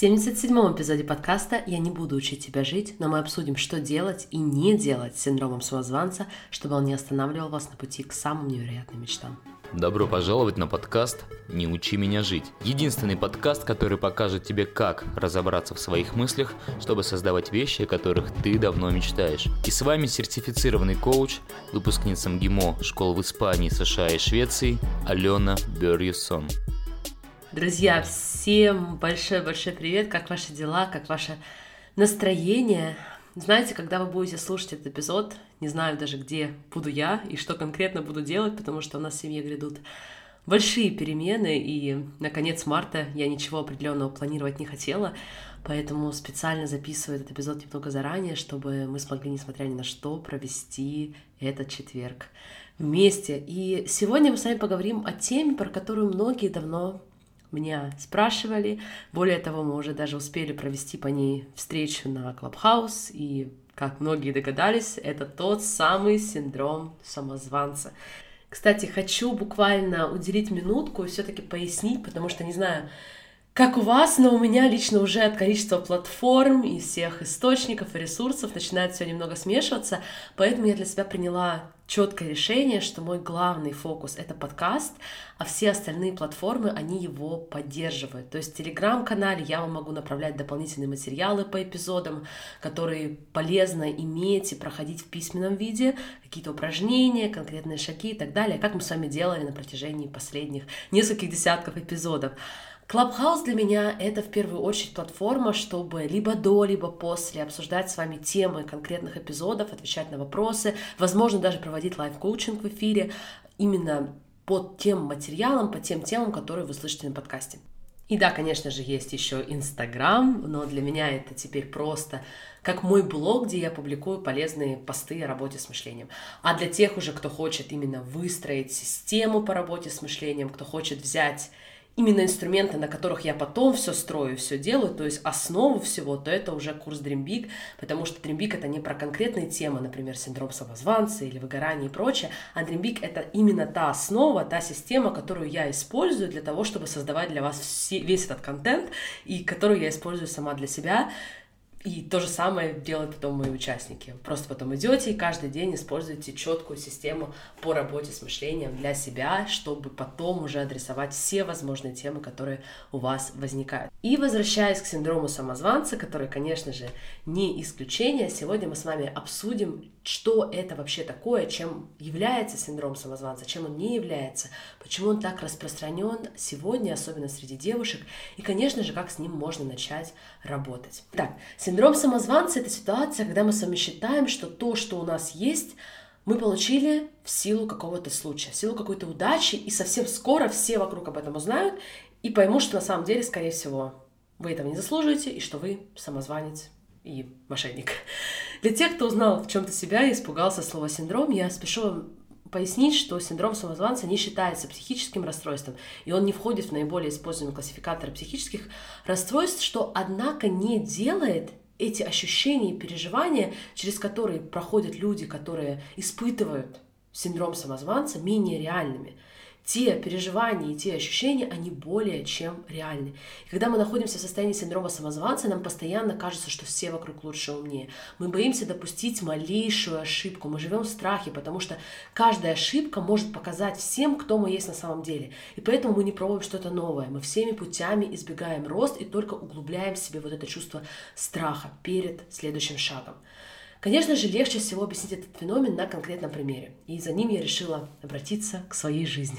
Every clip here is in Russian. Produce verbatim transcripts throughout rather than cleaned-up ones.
семьдесят седьмом эпизоде подкаста «Я не буду учить тебя жить», но мы обсудим, что делать и не делать с синдромом самозванца, чтобы он не останавливал вас на пути к самым невероятным мечтам. Добро пожаловать на подкаст «Не учи меня жить». Единственный подкаст, который покажет тебе, как разобраться в своих мыслях, чтобы создавать вещи, о которых ты давно мечтаешь. И с вами сертифицированный коуч, выпускница МГИМО школ в Испании, США и Швеции Алена Бёрьесон. Друзья, всем большой-большой привет! Как ваши дела? Как ваше настроение? Знаете, когда вы будете слушать этот эпизод, не знаю даже, где буду я и что конкретно буду делать, потому что у нас в семье грядут большие перемены, и на конец марта я ничего определенного планировать не хотела, поэтому специально записываю этот эпизод немного заранее, чтобы мы смогли, несмотря ни на что, провести этот четверг вместе. И сегодня мы с вами поговорим о теме, про которую многие давно меня спрашивали. Более того, мы уже даже успели провести по ней встречу на Clubhouse, и, как многие догадались, это тот самый синдром самозванца. Кстати, хочу буквально уделить минутку и все-таки пояснить, потому что не знаю, как у вас, но у меня лично уже от количества платформ и всех источников и ресурсов начинает все немного смешиваться, поэтому я для себя приняла четкое решение, что мой главный фокус — это подкаст, а все остальные платформы, они его поддерживают. То есть в Телеграм-канале я вам могу направлять дополнительные материалы по эпизодам, которые полезно иметь и проходить в письменном виде, какие-то упражнения, конкретные шаги и так далее, как мы с вами делали на протяжении последних нескольких десятков эпизодов. Clubhouse для меня — это в первую очередь платформа, чтобы либо до, либо после обсуждать с вами темы конкретных эпизодов, отвечать на вопросы, возможно, даже проводить лайв-коучинг в эфире именно по тем материалам, по тем темам, которые вы слышите на подкасте. И да, конечно же, есть еще Инстаграм, но для меня это теперь просто как мой блог, где я публикую полезные посты о работе с мышлением. А для тех уже, кто хочет именно выстроить систему по работе с мышлением, кто хочет взять именно инструменты, на которых я потом все строю, все делаю, то есть основу всего, то это уже курс Dream Big, потому что Dream Big — это не про конкретные темы, например, синдром самозванца или выгорание и прочее, а Dream Big — это именно та основа, та система, которую я использую для того, чтобы создавать для вас все, весь этот контент, и которую я использую сама для себя. И то же самое делают потом мои участники. Просто потом идете и каждый день используете четкую систему по работе с мышлением для себя, чтобы потом уже адресовать все возможные темы, которые у вас возникают. И возвращаясь к синдрому самозванца, который, конечно же, не исключение, сегодня мы с вами обсудим, что это вообще такое, чем является синдром самозванца, чем он не является, почему он так распространен сегодня, особенно среди девушек, и, конечно же, как с ним можно начать работать. Так, синдром самозванца — это ситуация, когда мы с вами считаем, что то, что у нас есть, мы получили в силу какого-то случая, в силу какой-то удачи, и совсем скоро все вокруг об этом узнают и поймут, что на самом деле, скорее всего, вы этого не заслуживаете, и что вы самозванец и мошенник. Для тех, кто узнал в чем-то себя и испугался слова «синдром», я спешу вам пояснить, что синдром самозванца не считается психическим расстройством, и он не входит в наиболее используемые классификаторы психических расстройств, что, однако, не делает эти ощущения и переживания, через которые проходят люди, которые испытывают синдром самозванца, менее реальными. Те переживания и те ощущения, они более чем реальны. И когда мы находимся в состоянии синдрома самозванца, нам постоянно кажется, что все вокруг лучше и умнее. Мы боимся допустить малейшую ошибку, мы живем в страхе, потому что каждая ошибка может показать всем, кто мы есть на самом деле. И поэтому мы не пробуем что-то новое. Мы всеми путями избегаем рост и только углубляем в себе вот это чувство страха перед следующим шагом. Конечно же, легче всего объяснить этот феномен на конкретном примере. И за ним я решила обратиться к своей жизни.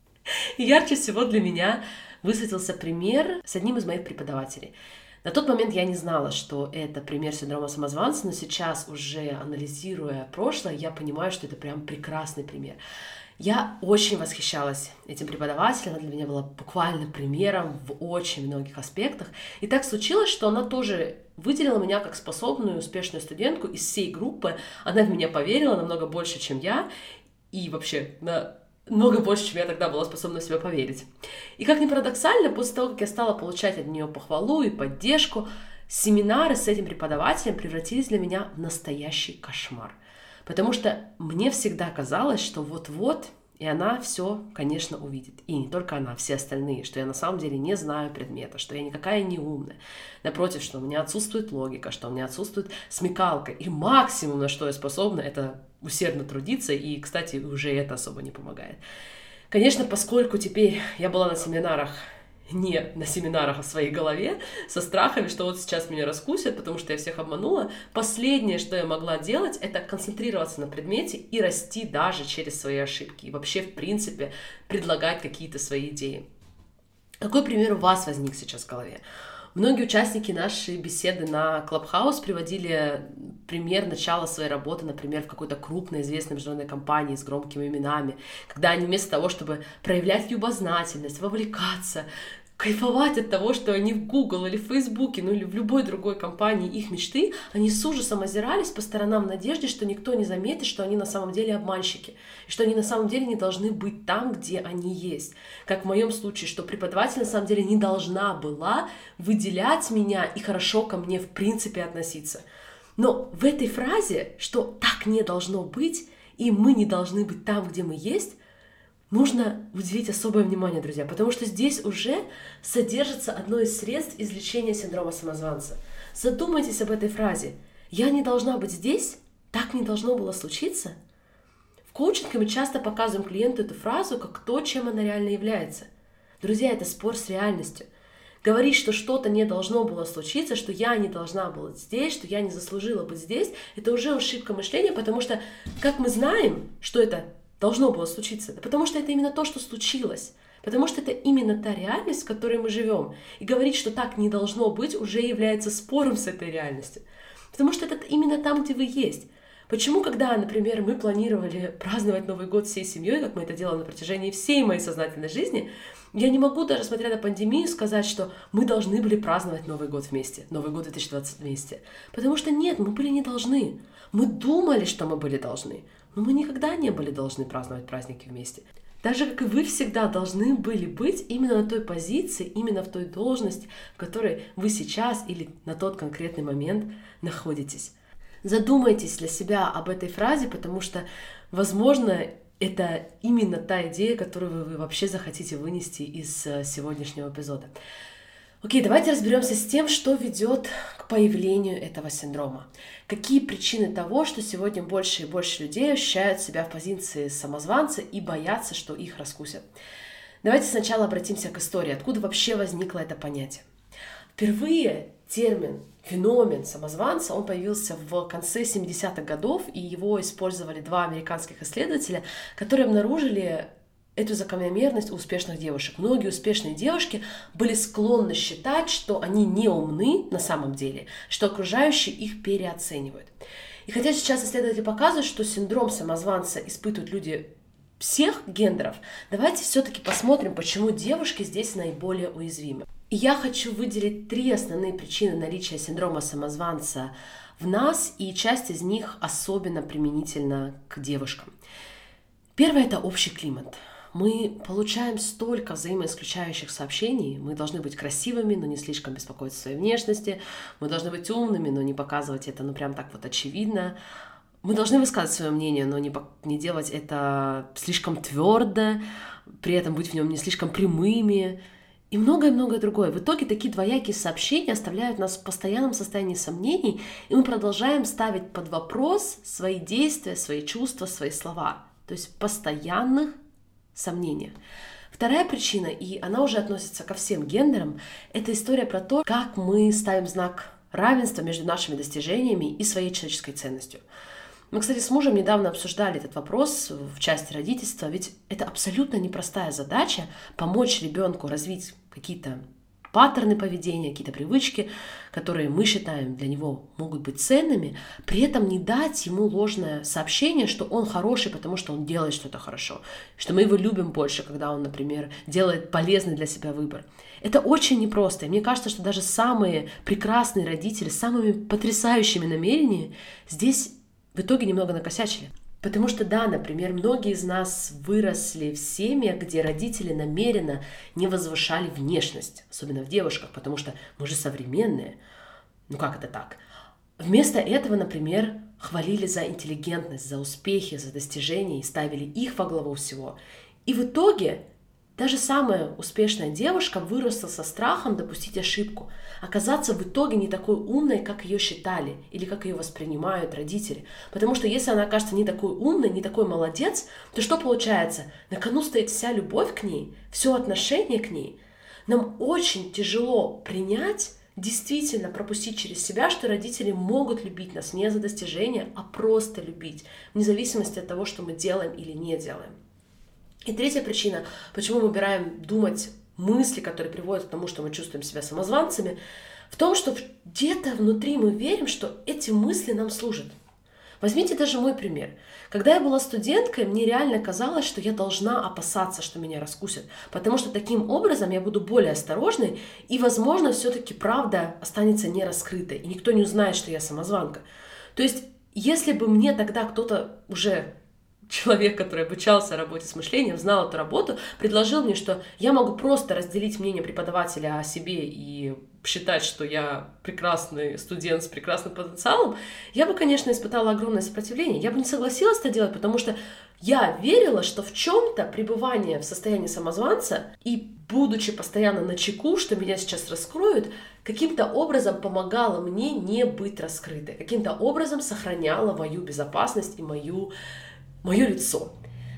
И ярче всего для меня высветился пример с одним из моих преподавателей. На тот момент я не знала, что это пример синдрома самозванца, но сейчас, уже анализируя прошлое, я понимаю, что это прям прекрасный пример. Я очень восхищалась этим преподавателем, она для меня была буквально примером в очень многих аспектах. И так случилось, что она тоже выделила меня как способную, успешную студентку из всей группы. Она в меня поверила намного больше, чем я, и вообще намного больше, чем я тогда была способна в себя поверить. И как ни парадоксально, после того, как я стала получать от нее похвалу и поддержку, семинары с этим преподавателем превратились для меня в настоящий кошмар. Потому что мне всегда казалось, что вот-вот И она все, конечно, увидит. И не только она, все остальные, что я на самом деле не знаю предмета, что я никакая не умная. Напротив, что у меня отсутствует логика, что у меня отсутствует смекалка. И максимум, на что я способна, это усердно трудиться. И, кстати, уже это особо не помогает. Конечно, поскольку теперь я была на семинарах, не на семинарах, а в своей голове, со страхами, что вот сейчас меня раскусят, потому что я всех обманула. Последнее, что я могла делать, это концентрироваться на предмете и расти даже через свои ошибки. И вообще, в принципе, предлагать какие-то свои идеи. Какой пример у вас возник сейчас в голове? Многие участники нашей беседы на Clubhouse приводили пример начала своей работы, например, в какой-то крупной известной международной компании с громкими именами, когда они вместо того, чтобы проявлять любознательность, вовлекаться, кайфовать от того, что они в Google или в Фейсбуке, ну или в любой другой компании их мечты, они с ужасом озирались по сторонам в надежде, что никто не заметит, что они на самом деле обманщики, и что они на самом деле не должны быть там, где они есть. Как в моем случае, что преподаватель на самом деле не должна была выделять меня и хорошо ко мне в принципе относиться. Но в этой фразе, что так не должно быть, и мы не должны быть там, где мы есть, нужно уделить особое внимание, друзья, потому что здесь уже содержится одно из средств излечения синдрома самозванца. Задумайтесь об этой фразе. «Я не должна быть здесь? Так не должно было случиться?» В коучинге мы часто показываем клиенту эту фразу как то, чем она реально является. Друзья, это спор с реальностью. Говорить, что что-то не должно было случиться, что я не должна была быть здесь, что я не заслужила быть здесь, это уже ошибка мышления, потому что, как мы знаем, что это должно было случиться, да потому что это именно то, что случилось. Потому что это именно та реальность, в которой мы живем. И говорить, что так не должно быть, уже является спором с этой реальностью. Потому что это именно там, где вы есть. Почему, когда, например, мы планировали праздновать Новый год всей семьей, как мы это делали на протяжении всей моей сознательной жизни, я не могу, даже смотря на пандемию, сказать, что мы должны были праздновать Новый год вместе, Новый год две тысячи двадцать вместе. Потому что нет, мы были не должны. Мы думали, что мы были должны. Но мы никогда не были должны праздновать праздники вместе. Так же, как и вы всегда должны были быть именно на той позиции, именно в той должности, в которой вы сейчас или на тот конкретный момент находитесь. Задумайтесь для себя об этой фразе, потому что, возможно, это именно та идея, которую вы вообще захотите вынести из сегодняшнего эпизода. Окей, давайте разберемся с тем, что ведет к появлению этого синдрома. Какие причины того, что сегодня больше и больше людей ощущают себя в позиции самозванца и боятся, что их раскусят. Давайте сначала обратимся к истории, откуда вообще возникло это понятие. Впервые термин, феномен самозванца, он появился в конце семидесятых годов, и его использовали два американских исследователя, которые обнаружили эту закономерность у успешных девушек. Многие успешные девушки были склонны считать, что они не умны на самом деле, что окружающие их переоценивают. И хотя сейчас исследователи показывают, что синдром самозванца испытывают люди всех гендеров, давайте все-таки посмотрим, почему девушки здесь наиболее уязвимы. И я хочу выделить три основные причины наличия синдрома самозванца в нас, и часть из них особенно применительна к девушкам. Первое – это общий климат. Мы получаем столько взаимоисключающих сообщений. Мы должны быть красивыми, но не слишком беспокоиться о своей внешности. Мы должны быть умными, но не показывать это, ну, прям так вот очевидно. Мы должны высказывать свое мнение, но не, не делать это слишком твердо, при этом быть в нем не слишком прямыми. И многое-многое другое. В итоге такие двоякие сообщения оставляют нас в постоянном состоянии сомнений, и мы продолжаем ставить под вопрос свои действия, свои чувства, свои слова. То есть постоянных сомнениях. Вторая причина, и она уже относится ко всем гендерам, это история про то, как мы ставим знак равенства между нашими достижениями и своей человеческой ценностью. Мы, кстати, с мужем недавно обсуждали этот вопрос в части родительства, ведь это абсолютно непростая задача помочь ребенку развить какие-то паттерны поведения, какие-то привычки, которые мы считаем для него могут быть ценными, при этом не дать ему ложное сообщение, что он хороший, потому что он делает что-то хорошо, что мы его любим больше, когда он, например, делает полезный для себя выбор. Это очень непросто, и мне кажется, что даже самые прекрасные родители с самыми потрясающими намерениями здесь в итоге немного накосячили. Потому что, да, например, многие из нас выросли в семьях, где родители намеренно не возвышали внешность, особенно в девушках, потому что мы же современные. Ну как это так? Вместо этого, например, хвалили за интеллигентность, за успехи, за достижения и ставили их во главу всего. И в итоге даже самая успешная девушка выросла со страхом допустить ошибку, оказаться в итоге не такой умной, как ее считали или как ее воспринимают родители. Потому что если она окажется не такой умной, не такой молодец, то что получается? На кону стоит вся любовь к ней, все отношение к ней. Нам очень тяжело принять, действительно пропустить через себя, что родители могут любить нас не за достижения, а просто любить, вне зависимости от того, что мы делаем или не делаем. И третья причина, почему мы выбираем думать мысли, которые приводят к тому, что мы чувствуем себя самозванцами, в том, что где-то внутри мы верим, что эти мысли нам служат. Возьмите даже мой пример. Когда я была студенткой, мне реально казалось, что я должна опасаться, что меня раскусят, потому что таким образом я буду более осторожной, и, возможно, все-таки правда останется не раскрытой, и никто не узнает, что я самозванка. То есть, если бы мне тогда кто-то уже... человек, который обучался работе с мышлением, знал эту работу, предложил мне, что я могу просто разделить мнение преподавателя о себе и считать, что я прекрасный студент с прекрасным потенциалом, я бы, конечно, испытала огромное сопротивление. Я бы не согласилась это делать, потому что я верила, что в чем-то пребывание в состоянии самозванца и будучи постоянно начеку, что меня сейчас раскроют, каким-то образом помогало мне не быть раскрытой, каким-то образом сохраняло мою безопасность и мою мое лицо.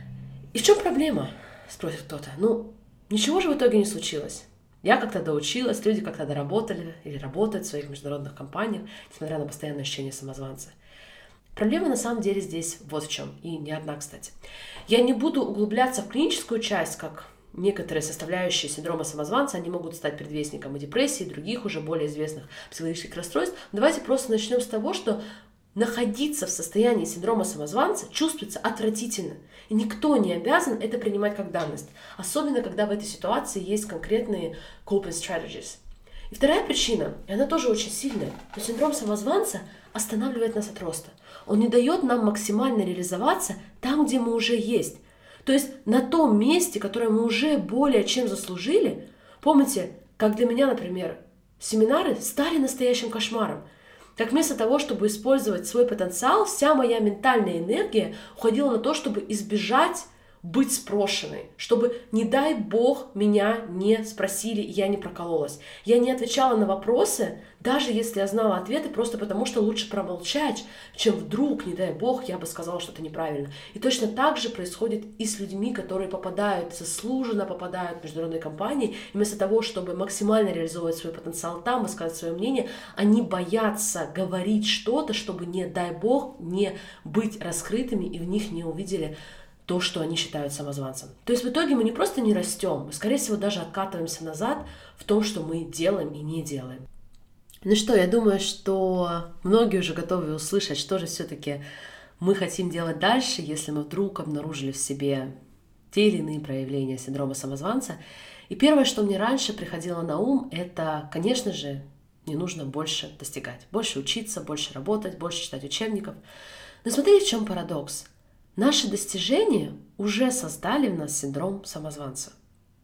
И в чем проблема? Спросит кто-то. Ну, ничего же в итоге не случилось. Я как-то доучилась, люди как-то доработали или работают в своих международных компаниях, несмотря на постоянное ощущение самозванца. Проблема на самом деле здесь вот в чем, и не одна, кстати. Я не буду углубляться в клиническую часть, как некоторые составляющие синдрома самозванца, они могут стать предвестником и депрессии, и других уже более известных психологических расстройств. Давайте просто начнем с того, что находиться в состоянии синдрома самозванца чувствуется отвратительно. И никто не обязан это принимать как данность. Особенно, когда в этой ситуации есть конкретные coping strategies. И вторая причина, и она тоже очень сильная, но синдром самозванца останавливает нас от роста. Он не дает нам максимально реализоваться там, где мы уже есть. То есть на том месте, которое мы уже более чем заслужили. Помните, как для меня, например, семинары стали настоящим кошмаром. Как вместо того, чтобы использовать свой потенциал, вся моя ментальная энергия уходила на то, чтобы избежать быть спрошенной, чтобы, не дай бог, меня не спросили, и я не прокололась. Я не отвечала на вопросы, даже если я знала ответы, просто потому что лучше промолчать, чем вдруг, не дай бог, я бы сказала что-то неправильно. И точно так же происходит и с людьми, которые попадают, заслуженно попадают в международные компании, и вместо того, чтобы максимально реализовывать свой потенциал там, высказать свое мнение, они боятся говорить что-то, чтобы, не дай бог, не быть раскрытыми, и в них не увидели то, что они считают самозванцем. То есть в итоге мы не просто не растем, мы, скорее всего, даже откатываемся назад в том, что мы делаем и не делаем. Ну что, я думаю, что многие уже готовы услышать, что же все-таки мы хотим делать дальше, если мы вдруг обнаружили в себе те или иные проявления синдрома самозванца. И первое, что мне раньше приходило на ум, это, конечно же, не нужно больше достигать, больше учиться, больше работать, больше читать учебников. Но смотрите, в чем парадокс. Наши достижения уже создали в нас синдром самозванца.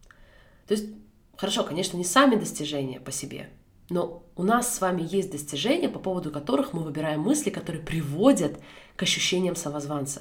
То есть, хорошо, конечно, не сами достижения по себе, но у нас с вами есть достижения, по поводу которых мы выбираем мысли, которые приводят к ощущениям самозванца.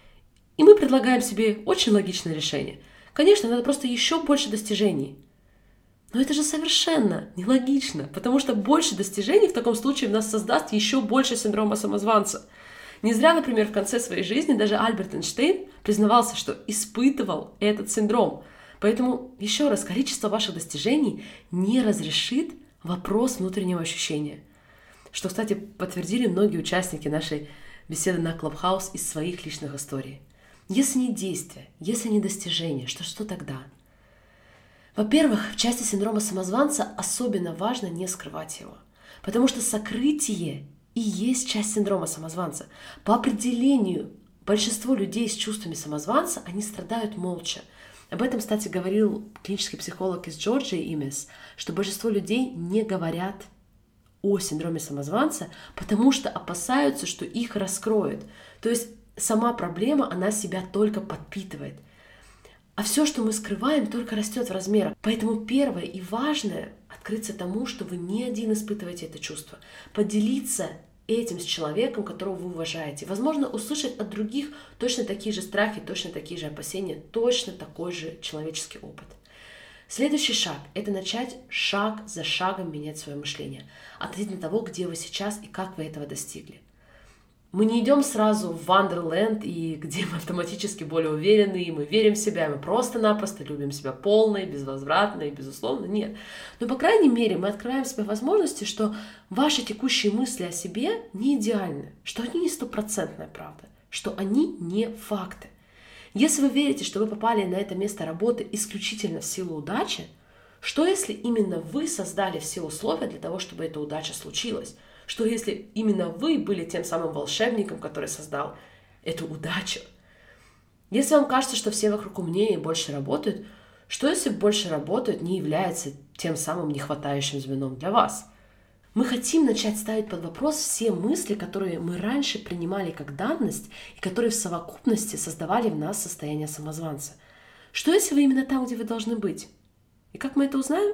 И мы предлагаем себе очень логичное решение. Конечно, надо просто еще больше достижений. Но это же совершенно нелогично, потому что больше достижений в таком случае в нас создаст еще больше синдрома самозванца. Не зря, например, в конце своей жизни даже Альберт Эйнштейн признавался, что испытывал этот синдром. Поэтому, еще раз, количество ваших достижений не разрешит вопрос внутреннего ощущения. Что, кстати, подтвердили многие участники нашей беседы на Clubhouse из своих личных историй. Если не действие, если не достижение, что что тогда? Во-первых, в части синдрома самозванца особенно важно не скрывать его. Потому что сокрытие и есть часть синдрома самозванца. По определению, большинство людей с чувствами самозванца, они страдают молча. Об этом, кстати, говорил клинический психолог из Джорджии Имес, что большинство людей не говорят о синдроме самозванца, потому что опасаются, что их раскроют. То есть сама проблема, она себя только подпитывает. А все, что мы скрываем, только растет в размерах. Поэтому первое и важное — открыться тому, что вы не один испытываете это чувство. Поделиться этим с человеком, которого вы уважаете. Возможно, услышать от других точно такие же страхи, точно такие же опасения, точно такой же человеческий опыт. Следующий шаг – это начать шаг за шагом менять свое мышление относительно того, где вы сейчас и как вы этого достигли. Мы не идем сразу в Wonderland, и где мы автоматически более уверены, и мы верим в себя, и мы просто-напросто любим себя полно, и безвозвратно, и безусловно. Нет. Но, по крайней мере, мы открываем себе возможности, что ваши текущие мысли о себе не идеальны, что они не стопроцентная правда, что они не факты. Если вы верите, что вы попали на это место работы исключительно в силу удачи, что если именно вы создали все условия для того, чтобы эта удача случилась? Что если именно вы были тем самым волшебником, который создал эту удачу? Если вам кажется, что все вокруг умнее и больше работают, что если больше работают не является тем самым нехватающим звеном для вас? Мы хотим начать ставить под вопрос все мысли, которые мы раньше принимали как данность и которые в совокупности создавали в нас состояние самозванца. Что если вы именно там, где вы должны быть? И как мы это узнаем?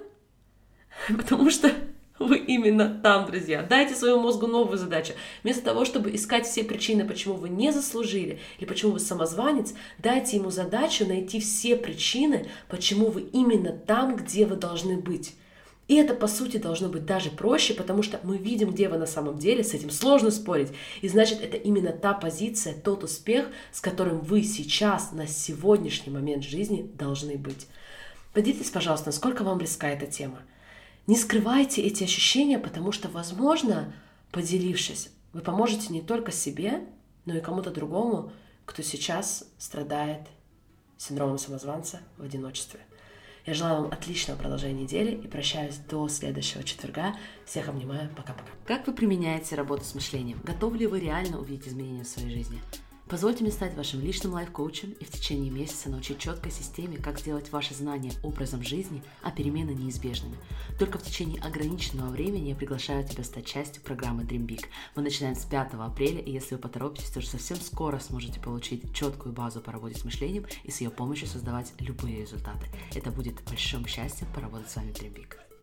Потому что вы именно там, друзья. Дайте своему мозгу новую задачу. Вместо того, чтобы искать все причины, почему вы не заслужили или почему вы самозванец, дайте ему задачу найти все причины, почему вы именно там, где вы должны быть. И это, по сути, должно быть даже проще, потому что мы видим, где вы на самом деле, с этим сложно спорить. И значит, это именно та позиция, тот успех, с которым вы сейчас, на сегодняшний момент жизни должны быть. Поделитесь, пожалуйста, насколько вам близка эта тема. Не скрывайте эти ощущения, потому что, возможно, поделившись, вы поможете не только себе, но и кому-то другому, кто сейчас страдает синдромом самозванца в одиночестве. Я желаю вам отличного продолжения недели и прощаюсь до следующего четверга. Всех обнимаю. Пока-пока. Как вы применяете работу с мышлением? Готовы ли вы реально увидеть изменения в своей жизни? Позвольте мне стать вашим личным лайф-коучем и в течение месяца научить четкой системе, как сделать ваши знания образом жизни, а перемены неизбежными. Только в течение ограниченного времени я приглашаю тебя стать частью программы Dream Big. Мы начинаем с пятого апреля, и если вы поторопитесь, то уже совсем скоро сможете получить четкую базу по работе с мышлением и с ее помощью создавать любые результаты. Это будет большим счастьем поработать с вами в Dream Big.